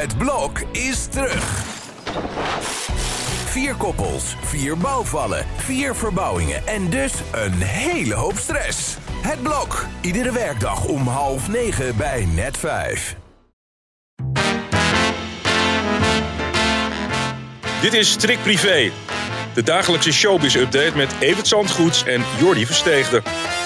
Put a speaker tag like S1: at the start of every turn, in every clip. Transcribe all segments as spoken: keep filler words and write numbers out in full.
S1: Het blok is terug. Vier koppels, vier bouwvallen, vier verbouwingen en dus een hele hoop stress. Het blok, iedere werkdag om half negen bij Net vijf.
S2: Dit is Trick Privé, de dagelijkse showbiz-update met Evert Zandgoeds en Jordi Versteegde.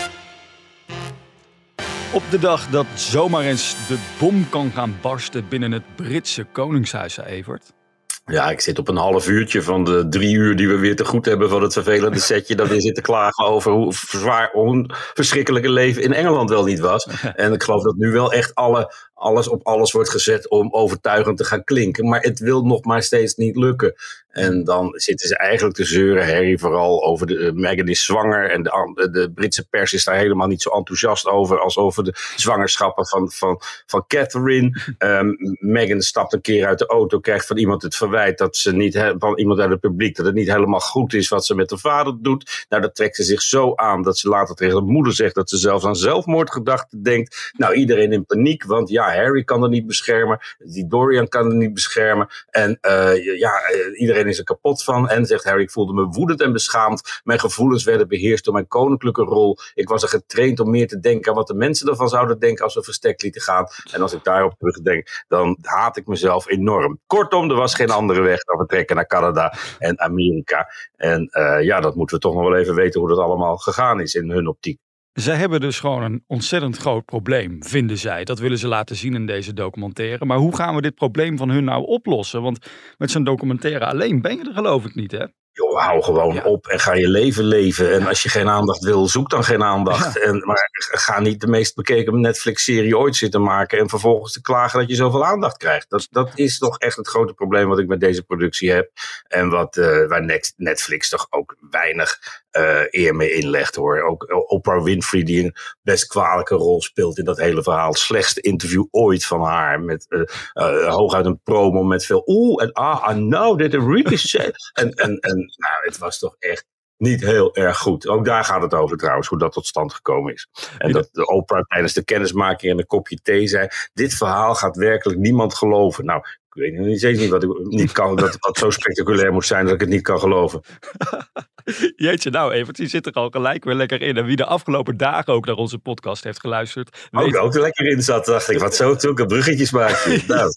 S3: Op de dag dat zomaar eens de bom kan gaan barsten binnen het Britse Koningshuis, Evert.
S4: Ja, ik zit op een half uurtje van de drie uur die we weer te goed hebben van het vervelende setje. Dat we zitten klagen over hoe zwaar, hoe verschrikkelijke leven in Engeland wel niet was. En ik geloof dat nu wel echt alle, alles op alles wordt gezet om overtuigend te gaan klinken. Maar het wil nog maar steeds niet lukken. En dan zitten ze eigenlijk te zeuren, Harry, vooral over de, uh, Meghan is zwanger. En de, de Britse pers is daar helemaal niet zo enthousiast over als over de zwangerschappen van, van, van Catherine. Um, Meghan stapt een keer uit de auto, krijgt van iemand het verwijt dat ze niet, he, van iemand uit het publiek, dat het niet helemaal goed is wat ze met de vader doet. Nou, dat trekt ze zich zo aan dat ze later tegen de moeder zegt dat ze zelfs aan zelfmoordgedachten denkt. Nou, iedereen in paniek, want ja, Harry kan er niet beschermen. Die Dorian kan er niet beschermen. En uh, ja, iedereen is er kapot van. En zegt Harry, ik voelde me woedend en beschaamd. Mijn gevoelens werden beheerst door mijn koninklijke rol. Ik was er getraind om meer te denken aan wat de mensen ervan zouden denken als we verstek lieten gaan. En als ik daarop terugdenk, dan haat ik mezelf enorm. Kortom, er was geen andere weg dan vertrekken naar Canada en Amerika. En uh, ja, dat moeten we toch nog wel even weten hoe dat allemaal gegaan is in hun optiek.
S3: Zij hebben dus gewoon een ontzettend groot probleem, vinden zij. Dat willen ze laten zien in deze documentaire. Maar hoe gaan we dit probleem van hun nou oplossen? Want met zo'n documentaire alleen ben je er geloof ik niet, hè?
S4: Joh, hou gewoon ja. op en ga je leven leven. En als je geen aandacht wil, zoek dan geen aandacht. Ja. En, maar ga niet de meest bekeken Netflix-serie ooit zitten maken en vervolgens te klagen dat je zoveel aandacht krijgt. Dat, dat is toch echt het grote probleem wat ik met deze productie heb. En wat, uh, waar Netflix toch ook weinig uh, eer mee inlegt, hoor. Ook Oprah Winfrey, die een best kwalijke rol speelt in dat hele verhaal. Het slechtste interview ooit van haar. Met uh, uh, hooguit een promo met veel oeh en ah, I know that it really said. en, en, en nou, het was toch echt niet heel erg goed. Ook daar gaat het over trouwens, hoe dat tot stand gekomen is. En dat de Oprah tijdens de kennismaking en een kopje thee zei, dit verhaal gaat werkelijk niemand geloven. Nou, ik weet nog steeds niet wat ik niet kan, dat het zo spectaculair moet zijn dat ik het niet kan geloven.
S3: Jeetje, nou Evert, je zit er al gelijk weer lekker in. En wie de afgelopen dagen ook naar onze podcast heeft geluisterd.
S4: Weet... Ook ook er lekker in zat, dacht ik. Wat zo, zulke bruggetjes maken. Nou.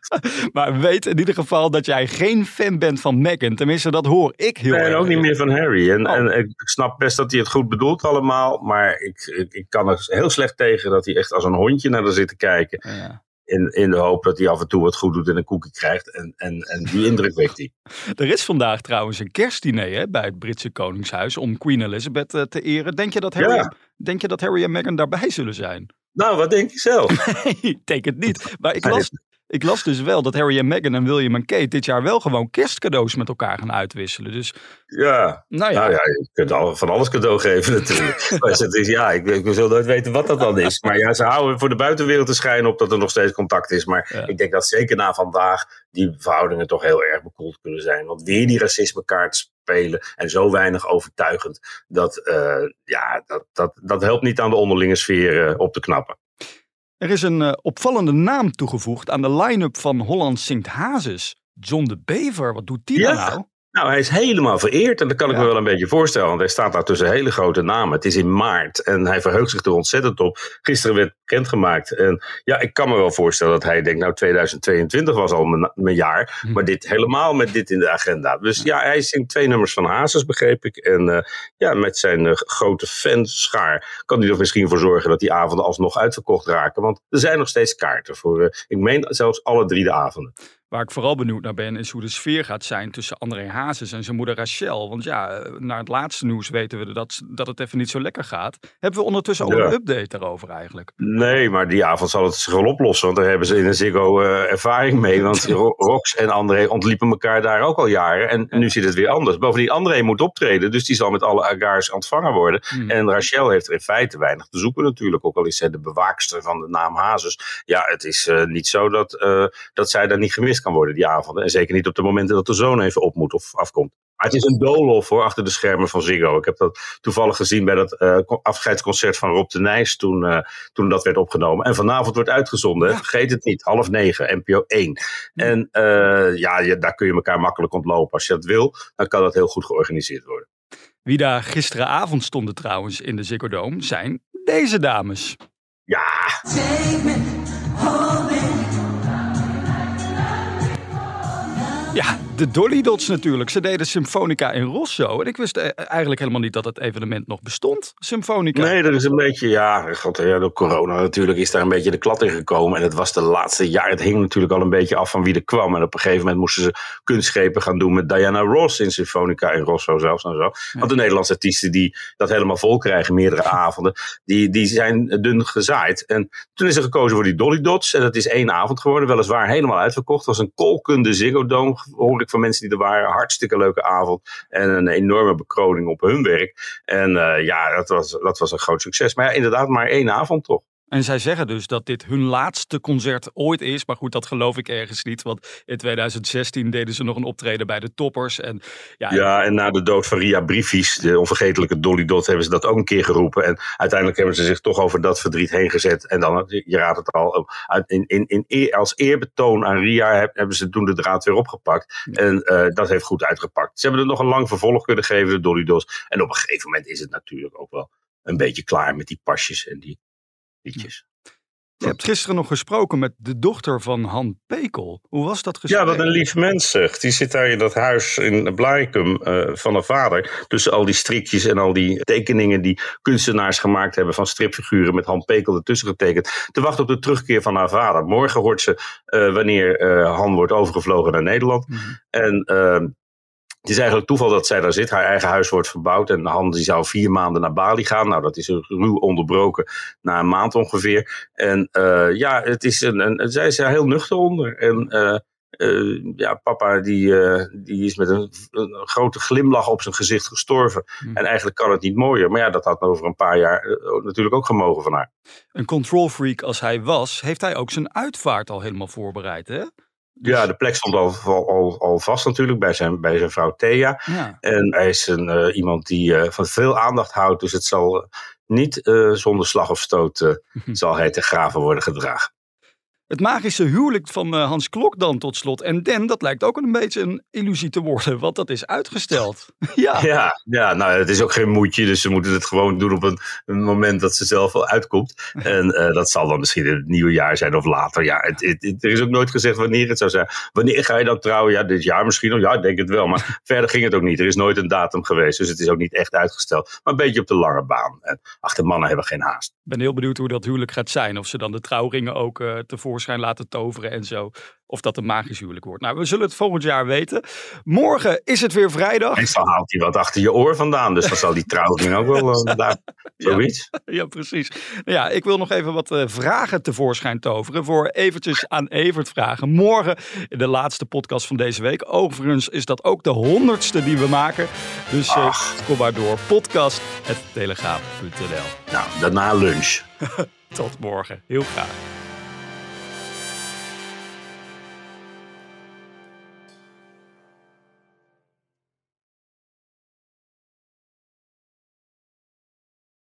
S3: Maar weet in ieder geval dat jij geen fan bent van Meghan. Tenminste, dat hoor ik heel
S4: nee,
S3: erg.
S4: En ook niet meer van Harry. En, oh. en ik snap best dat hij het goed bedoelt allemaal. Maar ik, ik, ik kan er heel slecht tegen dat hij echt als een hondje naar er zit te kijken. Ja. In, in de hoop dat hij af en toe wat goed doet en een koekje krijgt. En, en, en die indruk wekt hij.
S3: Er is vandaag trouwens een kerstdiner hè, bij het Britse Koningshuis om Queen Elizabeth uh, te eren. Denk je, dat Harry, ja. denk je dat Harry en Meghan daarbij zullen zijn?
S4: Nou, wat denk je zelf?
S3: Nee, ik denk het niet. Maar ik las, ik las dus wel dat Harry en Meghan en William en Kate dit jaar wel gewoon kerstcadeaus met elkaar gaan uitwisselen. Dus,
S4: ja. Nou ja, nou ja je kunt al, van alles cadeau geven natuurlijk. Maar het is, ja, ik, ik wil nooit weten wat dat dan is. Maar ja, ze houden voor de buitenwereld te schijnen op dat er nog steeds contact is. Maar ja. ik denk dat zeker na vandaag die verhoudingen toch heel erg bekoeld kunnen zijn. Want weer die racismekaart spelen en zo weinig overtuigend. Dat, uh, ja, dat, dat, dat helpt niet aan de onderlinge sfeer uh, op te knappen.
S3: Er is een uh, opvallende naam toegevoegd aan de line-up van Holland Zingt Hazes. John de Bever, wat doet die ja. dan nou?
S4: Nou, hij is helemaal vereerd en dat kan ik ja. me wel een beetje voorstellen. Want hij staat daar tussen hele grote namen. Het is in maart en hij verheugt zich er ontzettend op. Gisteren werd bekendgemaakt. En ja, ik kan me wel voorstellen dat hij denkt, nou tweeduizend tweeëntwintig was al mijn, mijn jaar. Hm. Maar dit helemaal met dit in de agenda. Dus ja, hij zingt twee nummers van Hazes, begreep ik. En uh, ja, met zijn uh, grote fanschaar kan hij er misschien voor zorgen dat die avonden alsnog uitverkocht raken. Want er zijn nog steeds kaarten voor, uh, ik meen zelfs alle drie de avonden.
S3: Waar ik vooral benieuwd naar ben is hoe de sfeer gaat zijn tussen André Hazes en zijn moeder Rachel. Want ja, naar het laatste nieuws weten we dat, dat het even niet zo lekker gaat. Hebben we ondertussen al ja. een update daarover eigenlijk?
S4: Nee, maar die avond zal het zich wel oplossen. Want daar hebben ze in een Ziggo uh, ervaring mee. Want Rox en André ontliepen elkaar daar ook al jaren. En ja. nu zit het weer anders. Bovendien, André moet optreden. Dus die zal met alle agaars ontvangen worden. Hmm. En Rachel heeft er in feite weinig te zoeken natuurlijk. Ook al is zij de bewaakster van de naam Hazes. Ja, het is uh, niet zo dat, uh, dat zij daar niet gemist kan worden die avonden. En zeker niet op de momenten dat de zoon even op moet of afkomt. Maar het is een doolhof hoor, achter de schermen van Ziggo. Ik heb dat toevallig gezien bij dat uh, afscheidsconcert van Rob de Nijs toen, uh, toen dat werd opgenomen. En vanavond wordt uitgezonden, ja. Vergeet het niet, half negen, N P O één. Ja. En uh, ja, je, daar kun je elkaar makkelijk ontlopen. Als je dat wil, dan kan dat heel goed georganiseerd worden.
S3: Wie daar gisteravond stonden trouwens in de Ziggo Dome zijn deze dames.
S4: Ja.
S3: Ja, de Dolly Dots natuurlijk. Ze deden Symfonica in Rosso. En ik wist eigenlijk helemaal niet dat het evenement nog bestond, Symfonica.
S4: Nee, dat is een beetje, ja, God, ja, door corona natuurlijk is daar een beetje de klad in gekomen. En het was de laatste jaar, het hing natuurlijk al een beetje af van wie er kwam. En op een gegeven moment moesten ze kunstgrepen gaan doen met Diana Ross in Symfonica in Rosso zelfs en zo. Ja. Want de Nederlandse artiesten die dat helemaal vol krijgen, meerdere avonden, die, die zijn dun gezaaid. En toen is er gekozen voor die Dolly Dots. En dat is één avond geworden, weliswaar helemaal uitverkocht. Het was een kolkende Ziggo Dome, hoor ik van mensen die er waren. Hartstikke leuke avond. En een enorme bekroning op hun werk. En uh, ja, dat was, dat was een groot succes. Maar ja, inderdaad maar één avond toch.
S3: En zij zeggen dus dat dit hun laatste concert ooit is. Maar goed, dat geloof ik ergens niet. Want in twintig zestien deden ze nog een optreden bij de Toppers. En, ja,
S4: ja, en na de dood van Ria Briefies, de onvergetelijke Dolly Dot, hebben ze dat ook een keer geroepen. En uiteindelijk hebben ze zich toch over dat verdriet heen gezet. En dan, je raadt het al, in, in, in eer, als eerbetoon aan Ria hebben ze toen de draad weer opgepakt. En uh, dat heeft goed uitgepakt. Ze hebben er nog een lang vervolg kunnen geven, de Dolly Dots. En op een gegeven moment is het natuurlijk ook wel een beetje klaar met die pasjes en die liedjes.
S3: Je hebt gisteren nog gesproken met de dochter van Han Pekel. Hoe was dat gesprek?
S4: Ja, wat een lief mens zegt. Die zit daar in dat huis in Blaricum uh, van haar vader. Tussen al die strikjes en al die tekeningen die kunstenaars gemaakt hebben van stripfiguren met Han Pekel ertussen getekend. Te wachten op de terugkeer van haar vader. Morgen hoort ze uh, wanneer uh, Han wordt overgevlogen naar Nederland. Mm-hmm. En uh, het is eigenlijk toeval dat zij daar zit. Haar eigen huis wordt verbouwd. En Han die zou vier maanden naar Bali gaan. Nou, dat is ruw onderbroken na een maand ongeveer. En uh, ja, het is een, een, zij is er heel nuchter onder. En uh, uh, ja, papa die, uh, die is met een, een grote glimlach op zijn gezicht gestorven. Hmm. En eigenlijk kan het niet mooier. Maar ja, dat had over een paar jaar uh, natuurlijk ook gemogen van haar.
S3: Een control freak als hij was, heeft hij ook zijn uitvaart al helemaal voorbereid, hè?
S4: Dus... Ja, de plek stond al, al, al vast natuurlijk bij zijn, bij zijn vrouw Thea. Ja. En hij is een, uh, iemand die uh, van veel aandacht houdt. Dus het zal uh, niet uh, zonder slag of stoot uh, zal hij te graven worden gedragen.
S3: Het magische huwelijk van uh, Hans Klok dan tot slot. En Den, dat lijkt ook een beetje een illusie te worden, want dat is uitgesteld. ja.
S4: Ja, ja, nou het is ook geen moedje, dus ze moeten het gewoon doen op een, een moment dat ze zelf wel uitkomt. En uh, dat zal dan misschien in het nieuwe jaar zijn of later. Ja, het, het, het, er is ook nooit gezegd wanneer het zou zijn. Wanneer ga je dan trouwen? Ja, dit jaar misschien nog. Ja, ik denk het wel, maar verder ging het ook niet. Er is nooit een datum geweest, dus het is ook niet echt uitgesteld. Maar een beetje op de lange baan. En ach, de mannen hebben geen haast.
S3: Ik ben heel benieuwd hoe dat huwelijk gaat zijn. Of ze dan de trouwringen ook uh, tevoorschijn laten toveren en zo. Of dat een magisch huwelijk wordt. Nou, we zullen het volgend jaar weten. Morgen is het weer vrijdag.
S4: Meestal haalt hij wat achter je oor vandaan. Dus dan zal die trouwring ook wel uh, daar zoiets.
S3: Ja, ja, precies. Nou ja, ik wil nog even wat uh, vragen tevoorschijn toveren. Voor eventjes aan Evert vragen. Morgen in de laatste podcast van deze week. Overigens is dat ook de honderdste die we maken. Dus uh, kom maar door. podcast apenstaartje telegraaf punt n l.
S4: Nou, daarna lunch.
S3: Tot morgen. Heel graag.